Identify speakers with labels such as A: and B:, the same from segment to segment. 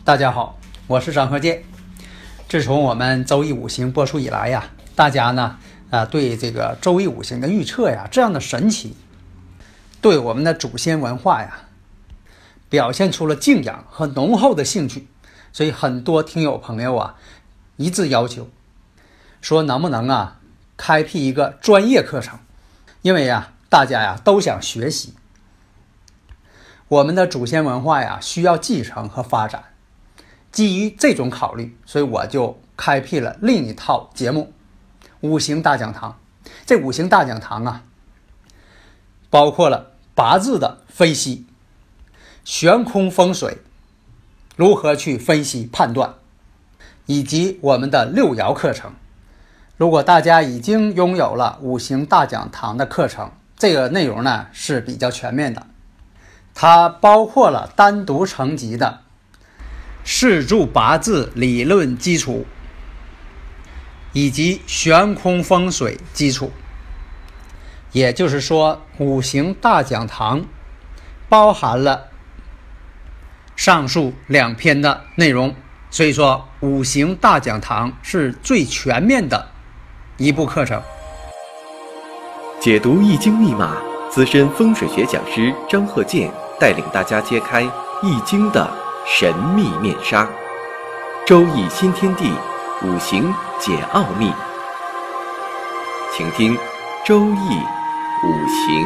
A: 大家好，我是张鹤剑。自从我们周易五行播出以来呀，大家呢对这个周易五行的预测呀这样的神奇，对我们的祖先文化呀表现出了敬仰和浓厚的兴趣，所以很多听友朋友啊一致要求说能不能开辟一个专业课程，因为大家都想学习我们的祖先文化呀，需要继承和发展。基于这种考虑，所以我就开辟了另一套节目五行大讲堂。这五行大讲堂包括了八字的分析、悬空风水如何去分析判断，以及我们的六爻课程。如果大家已经拥有了五行大讲堂的课程，这个内容呢是比较全面的，它包括了单独层级的四柱八字理论基础，以及悬空风水基础。也就是说，五行大讲堂包含了上述两篇的内容，所以说五行大讲堂是最全面的一部课程。
B: 解读易经密码，资深风水学讲师张鹤剑带领大家揭开易经的神秘面纱，周易新天地，五行解奥秘。请听周易五行。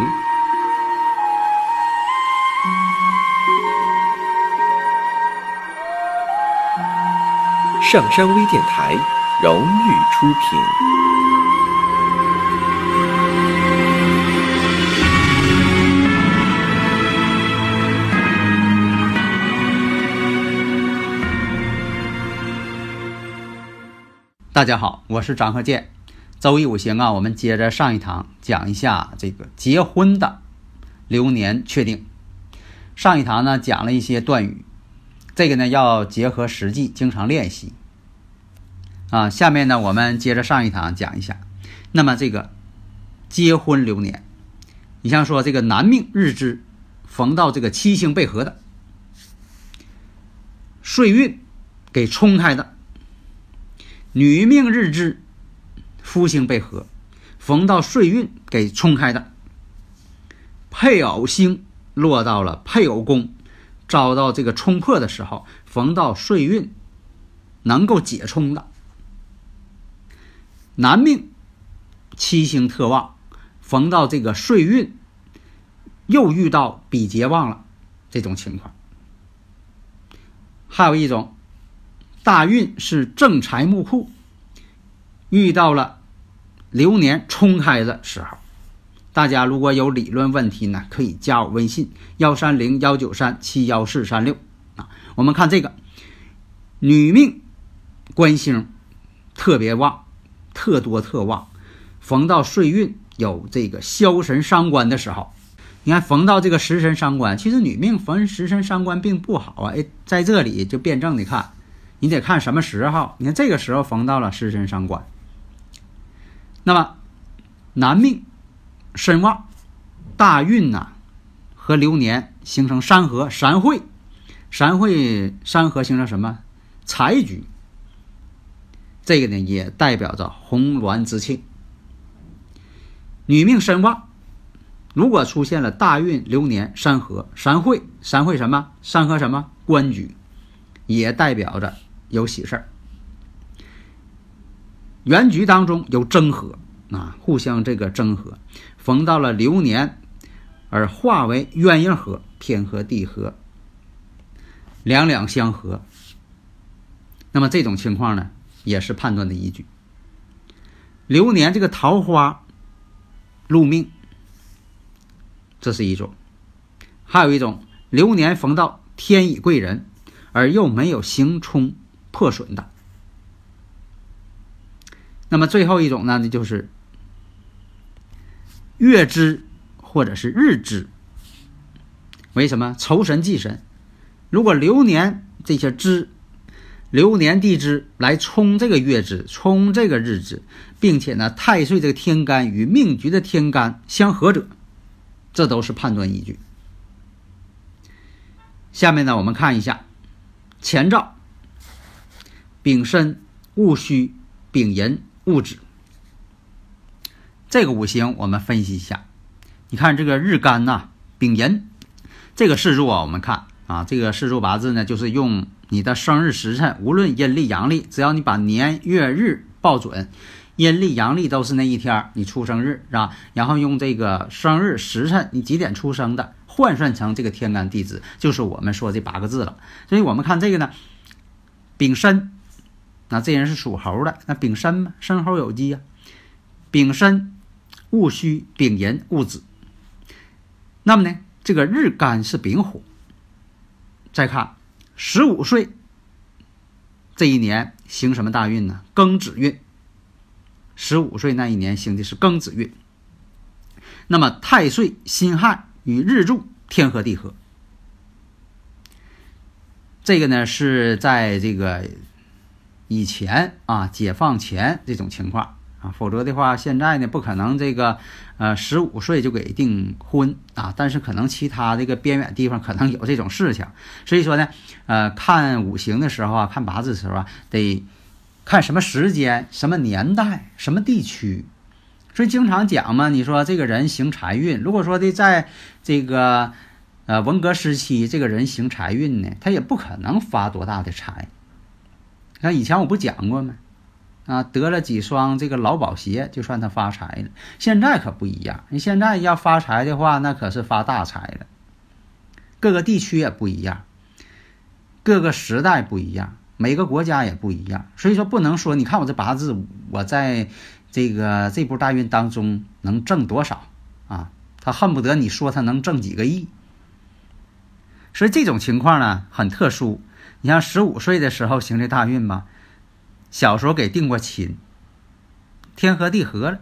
B: 上山微电台荣誉出品。
A: 大家好，我是张鹤剑。周易五行我们接着上一堂讲一下这个结婚的流年确定。上一堂呢讲了一些断语，这个呢要结合实际经常练习下面呢我们接着上一堂讲一下。那么这个结婚流年，你像说这个男命日支逢到这个七星被合的，岁运给冲开的，女命日支夫星被合，逢到岁运给冲开的，配偶星落到了配偶宫，遭到这个冲破的时候，逢到岁运能够解冲的。男命七星特旺，逢到这个岁运又遇到比劫旺了，这种情况。还有一种大运是正财木库，遇到了流年冲开的时候。大家如果有理论问题呢，可以加我微信13019371436我们看这个女命官星特别旺，特多特旺，逢到岁运有这个枭神伤官的时候。你看逢到这个食神伤官，其实女命逢食神伤官并不好在这里就辩证的看，你得看什么时候。你看这个时候逢到了食神伤官。那么男命身旺，大运和流年形成三合三会，三合形成什么财局，这个呢也代表着红鸾之庆。女命身旺，如果出现了大运流年三合三会什么三合什么官局，也代表着有喜事儿。原局当中有争合互相这个争合，逢到了流年而化为鸳鸯合，天合地合，两两相合。那么这种情况呢也是判断的依据。流年这个桃花入命，这是一种。还有一种流年逢到天乙贵人而又没有行冲破损的。那么最后一种呢就是月支或者是日支。为什么？酬神忌神。如果流年这些支，流年地支来冲这个月支，冲这个日支，并且呢太岁这个天干与命局的天干相合者，这都是判断依据。下面呢我们看一下前兆。 丙申、戊戌、丙寅、戊子。这个五行我们分析一下，你看这个日干呐，丙寅这个四柱啊，我们看啊，这个四柱八字呢，就是用你的生日时辰，无论阴历阳历，只要你把年月日报准，阴历阳历都是那一天你出生日是吧？然后用这个生日时辰，你几点出生的，换算成这个天干地支，就是我们说这8个字了。所以我们看这个呢，丙申，那这人是属猴的，那丙申嘛，申猴有鸡啊。丙申、戊戌、丙寅、戊子。那么呢，这个日干是丙火。再看15岁这一年行什么大运呢？庚子运。15岁那一年行的是庚子运。那么太岁辛亥与日柱天合地合。这个呢是在这个以前啊，解放前这种情况啊，否则的话现在呢不可能这个15岁就给订婚啊，但是可能其他这个边远地方可能有这种事情。所以说呢看五行的时候啊，看八字的时候啊，得看什么时间、什么年代、什么地区。所以经常讲嘛，你说这个人行财运，如果说的在这个文革时期这个人行财运呢，他也不可能发多大的财。看以前我不讲过吗？啊，得了几双这个劳保鞋就算他发财了。现在可不一样，你现在要发财的话，那可是发大财了。各个地区也不一样，各个时代不一样，每个国家也不一样。所以说不能说你看我这八字，我在这波大运当中能挣多少啊？他恨不得你说他能挣几个亿。所以这种情况呢很特殊。你像15岁的时候行这大运吧，小时候给定过亲，天合地合了。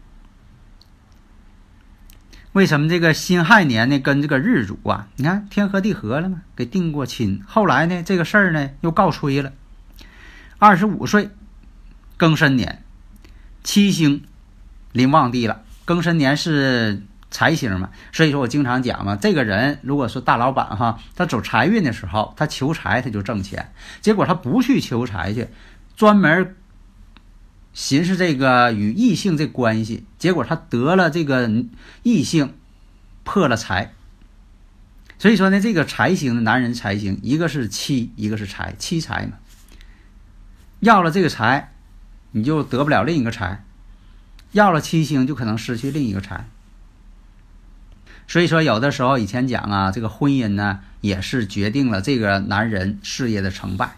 A: 为什么这个辛亥年呢跟这个日主啊，你看天合地合了嘛，给定过亲。后来呢这个事儿呢又告吹了。25岁庚申年，七星临旺地了。庚申年是财星嘛，所以说我经常讲嘛，这个人如果说大老板哈，他走财运的时候，他求财他就挣钱，结果他不去求财去，专门寻思这个与异性这关系，结果他得了这个异性，破了财。所以说呢，这个财星的男人财星，一个是妻，一个是财，妻财嘛。要了这个财，你就得不了另一个财；要了七星，就可能失去另一个财。所以说有的时候以前讲啊，这个婚姻呢也是决定了这个男人事业的成败。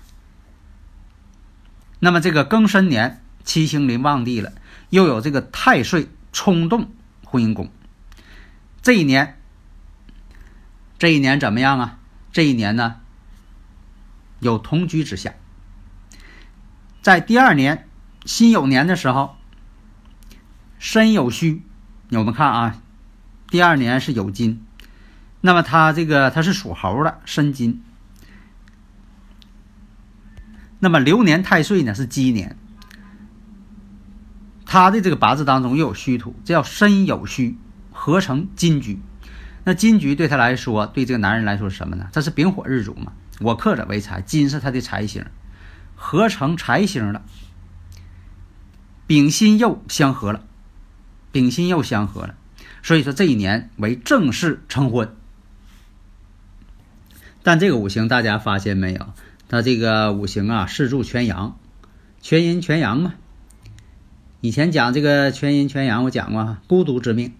A: 那么这个庚申年七星临旺地了，又有这个太岁冲动婚姻宫。这一年怎么样啊？这一年呢有同居之象。在第二年辛酉年的时候，申酉戌，我们看啊，第二年是酉金，那么他是属猴的，申金。那么流年太岁呢是鸡年，他的这个八字当中又有戌土，这叫申酉戌合成金局。那金局对他来说，对这个男人来说是什么呢？这是丙火日主嘛，我克者为财，金是他的财星，合成财星了，丙辛酉相合了，所以说这一年为正式成婚。但这个五行大家发现没有，它这个五行啊四柱全阳，全阴全阳嘛。以前讲这个全阴全阳我讲过，孤独之命。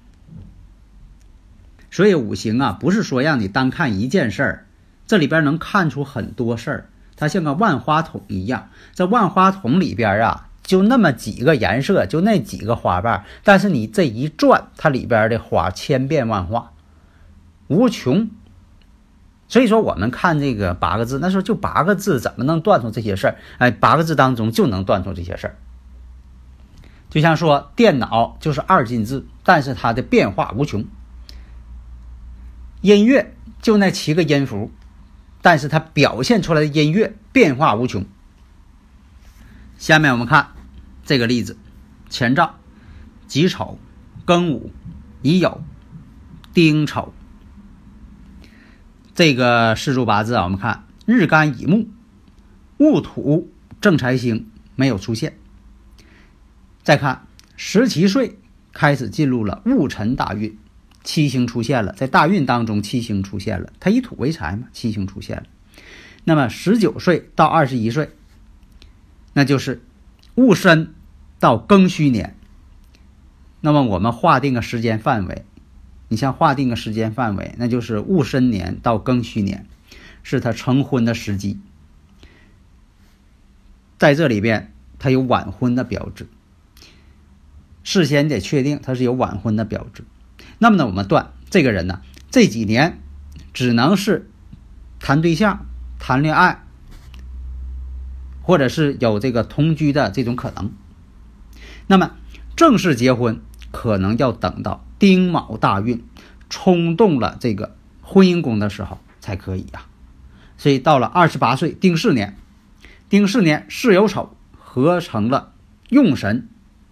A: 所以五行啊不是说让你单看一件事儿，这里边能看出很多事儿。它像个万花筒一样，这万花筒里边啊就那么几个颜色，就那几个花瓣，但是你这一转，它里边的花千变万化，无穷。所以说我们看这个8个字，那时候就8个字怎么能断出这些事儿？8个字当中就能断出这些事儿。就像说电脑就是2进制，但是它的变化无穷。音乐就那7个音符，但是它表现出来的音乐变化无穷。下面我们看这个例子，前兆己丑、庚午、乙酉、丁丑。这个四柱八字啊，我们看日干乙木，戊土正财星没有出现。再看17岁开始进入了戊辰大运，七星出现了，在大运当中七星出现了，它以土为财嘛，七星出现了。那么19岁到21岁，那就是戊申到庚戌年。那么我们划定个时间范围，你像划定个时间范围，那就是戊申年到庚戌年，是他成婚的时机。在这里边他有晚婚的标志，事先得确定他是有晚婚的标志。那么呢，我们断这个人呢，这几年只能是谈对象、谈恋爱，或者是有这个同居的这种可能。那么正式结婚可能要等到丁卯大运冲动了这个婚姻宫的时候才可以呀。所以到了28岁丁巳年，丁巳年巳酉丑合成了用神。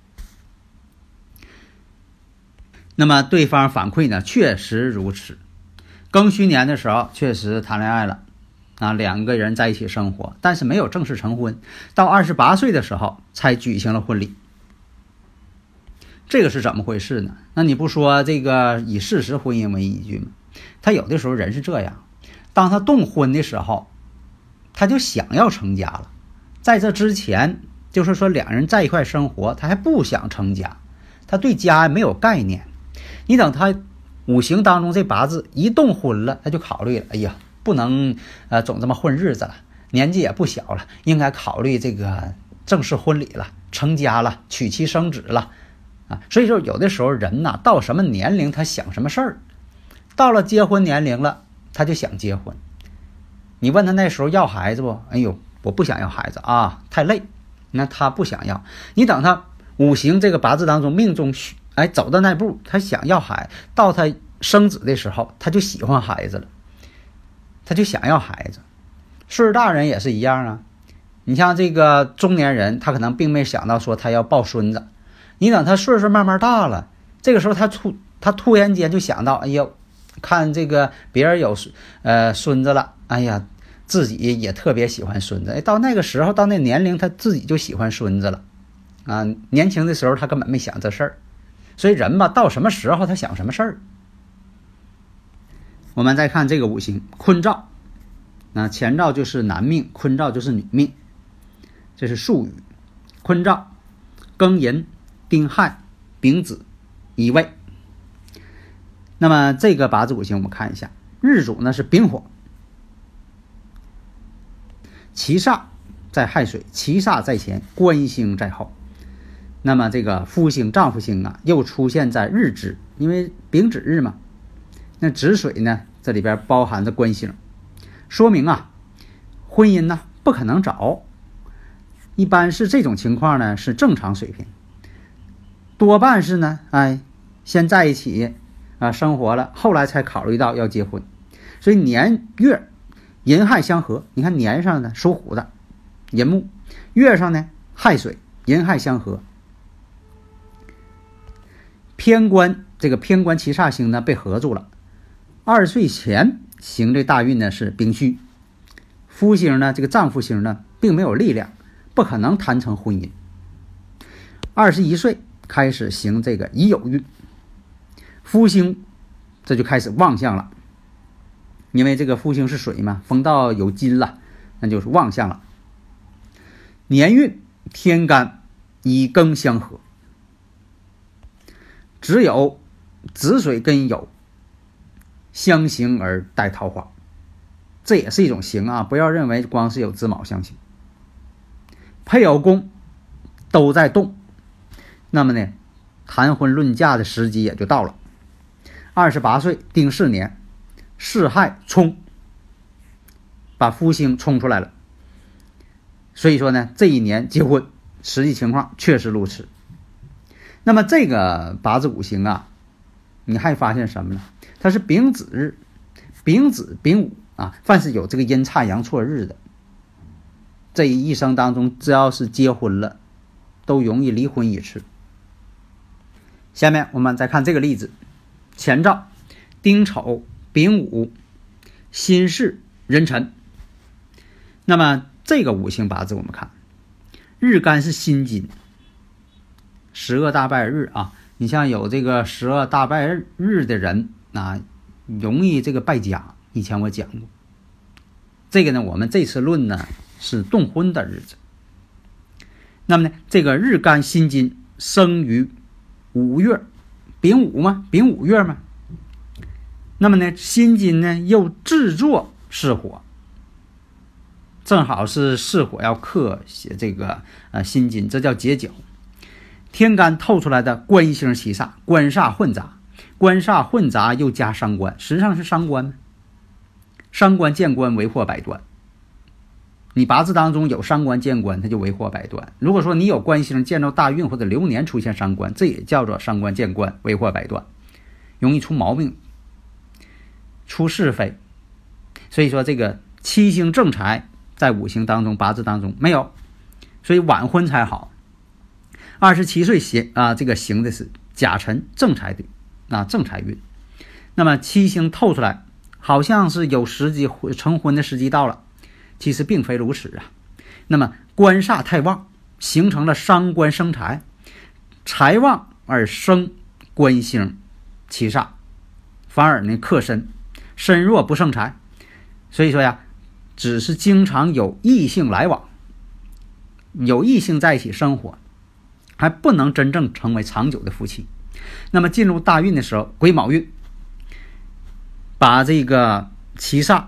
A: 那么对方反馈呢，确实如此。庚戌年的时候确实谈恋爱了啊，两个人在一起生活，但是没有正式成婚，到28岁的时候才举行了婚礼。这个是怎么回事呢？那你不说这个以事实婚姻为依据吗？他有的时候人是这样，当他动婚的时候，他就想要成家了。在这之前，就是说两人在一块生活，他还不想成家，他对家没有概念。你等他五行当中这八字一动婚了，他就考虑了，哎呀，不能总这么混日子了，年纪也不小了，应该考虑这个正式婚礼了，成家了，娶妻生子了啊。所以说有的时候人呐，到什么年龄他想什么事儿，到了结婚年龄了，他就想结婚。你问他那时候要孩子不？哎呦，我不想要孩子啊，太累。那他不想要。你等他五行这个八字当中命中走到那步，他想要孩子，到他生子的时候，他就喜欢孩子了，他就想要孩子。岁数大人也是一样啊。你像这个中年人，他可能并没想到说他要抱孙子。你等他岁数慢慢大了，这个时候他突然间就想到，哎呦，看这个别人有孙子了，哎呀，自己也特别喜欢孙子。到那个时候，到那年龄，他自己就喜欢孙子了啊。年轻的时候他根本没想这事儿。所以人吧，到什么时候他想什么事儿。我们再看这个五行坤兆，那乾兆就是男命，坤兆就是女命，这是术语。坤兆庚寅、丁亥、丙子、乙未。那么这个八字五行我们看一下，日主呢是丙火，七煞在亥水，七煞在前，官星在后。那么这个夫星、丈夫星啊，又出现在日支，因为丙子日嘛。那子水呢，这里边包含着官星，说明啊，婚姻呢不可能找。一般是这种情况呢，是正常水平，多半是呢，先在一起啊生活了，后来才考虑到要结婚。所以年月寅亥相合，你看年上呢属虎的寅木，月上呢亥水，寅亥相合。偏官，这个偏官七煞星呢被合住了。20岁前行这大运呢是丙戌，夫星呢这个丈夫星呢并没有力量，不可能谈成婚姻。21岁开始行这个乙酉运，夫星这就开始旺相了，因为这个夫星是水嘛，风到有金了，那就是旺相了。年运天干乙庚相合，只有子水跟酉相刑而带桃花，这也是一种刑啊！不要认为光是有子卯相刑，配偶宫都在动，那么呢，谈婚论嫁的时机也就到了。28岁丁巳年，巳亥冲，把夫星冲出来了。所以说呢，这一年结婚，实际情况确实如此。那么这个八字五行啊，你还发现什么呢？它是丙子日，丙子、丙午啊，凡是有这个阴差阳错日的，这一生当中只要是结婚了，都容易离婚一次。下面我们再看这个例子，前兆丁丑、丙午、辛巳、壬辰。那么这个五行八字我们看日干是辛金，10恶大败日啊。你像有这个10恶大败日的人啊，容易这个败家。以前我讲过，这个呢，我们这次论呢是动婚的日子。那么呢，这个日干辛金生于5月，丙午嘛，丙午月嘛。那么呢，辛金呢又制作巳火，正好是巳火要克这个辛金，这叫结角。天干透出来的官星七煞，官煞混杂，官煞混杂又加伤官，实际上是伤官。伤官见官为祸百端，你八字当中有伤官见官，它就为祸百端。如果说你有官星见到大运或者流年出现伤官，这也叫做伤官见官为祸百端，容易出毛病，出是非。所以说这个七星正财在五行当中八字当中没有，所以晚婚才好。27岁这个行的是甲辰正财的正财运。那么七星透出来好像是有时机成婚的时机到了，其实并非如此啊。那么官煞太旺，形成了伤官生财，财旺而生官星七煞，反而呢克身，身弱不胜财。所以说呀，只是经常有异性来往，有异性在一起生活，还不能真正成为长久的夫妻。那么进入大运的时候，癸卯运把这个七煞，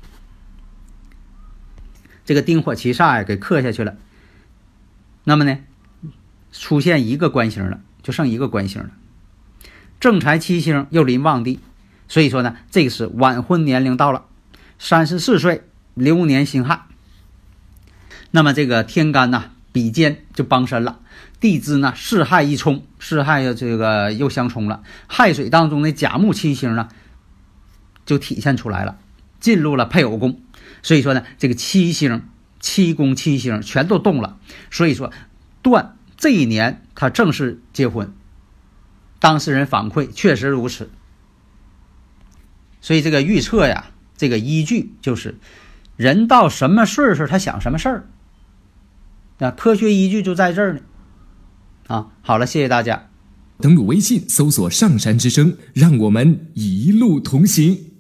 A: 这个丁火七煞呀给克下去了。那么呢，出现一个官星了，就剩一个官星了。正财七星又临旺地，所以说呢，这个是晚婚年龄到了，34岁，流年辛亥。那么这个天干呢，比肩就帮身了，地支呢巳亥一冲，巳亥这个又相冲了，亥水当中的甲木七星呢就体现出来了，进入了配偶宫。所以说呢，这个七星七宫七星全都动了，所以说断这一年他正式结婚。当事人反馈确实如此。所以这个预测呀，这个依据就是人到什么岁数他想什么事儿，科学依据就在这儿呢。好了，谢谢大家。
C: 登录微信搜索上山之声，让我们一路同行。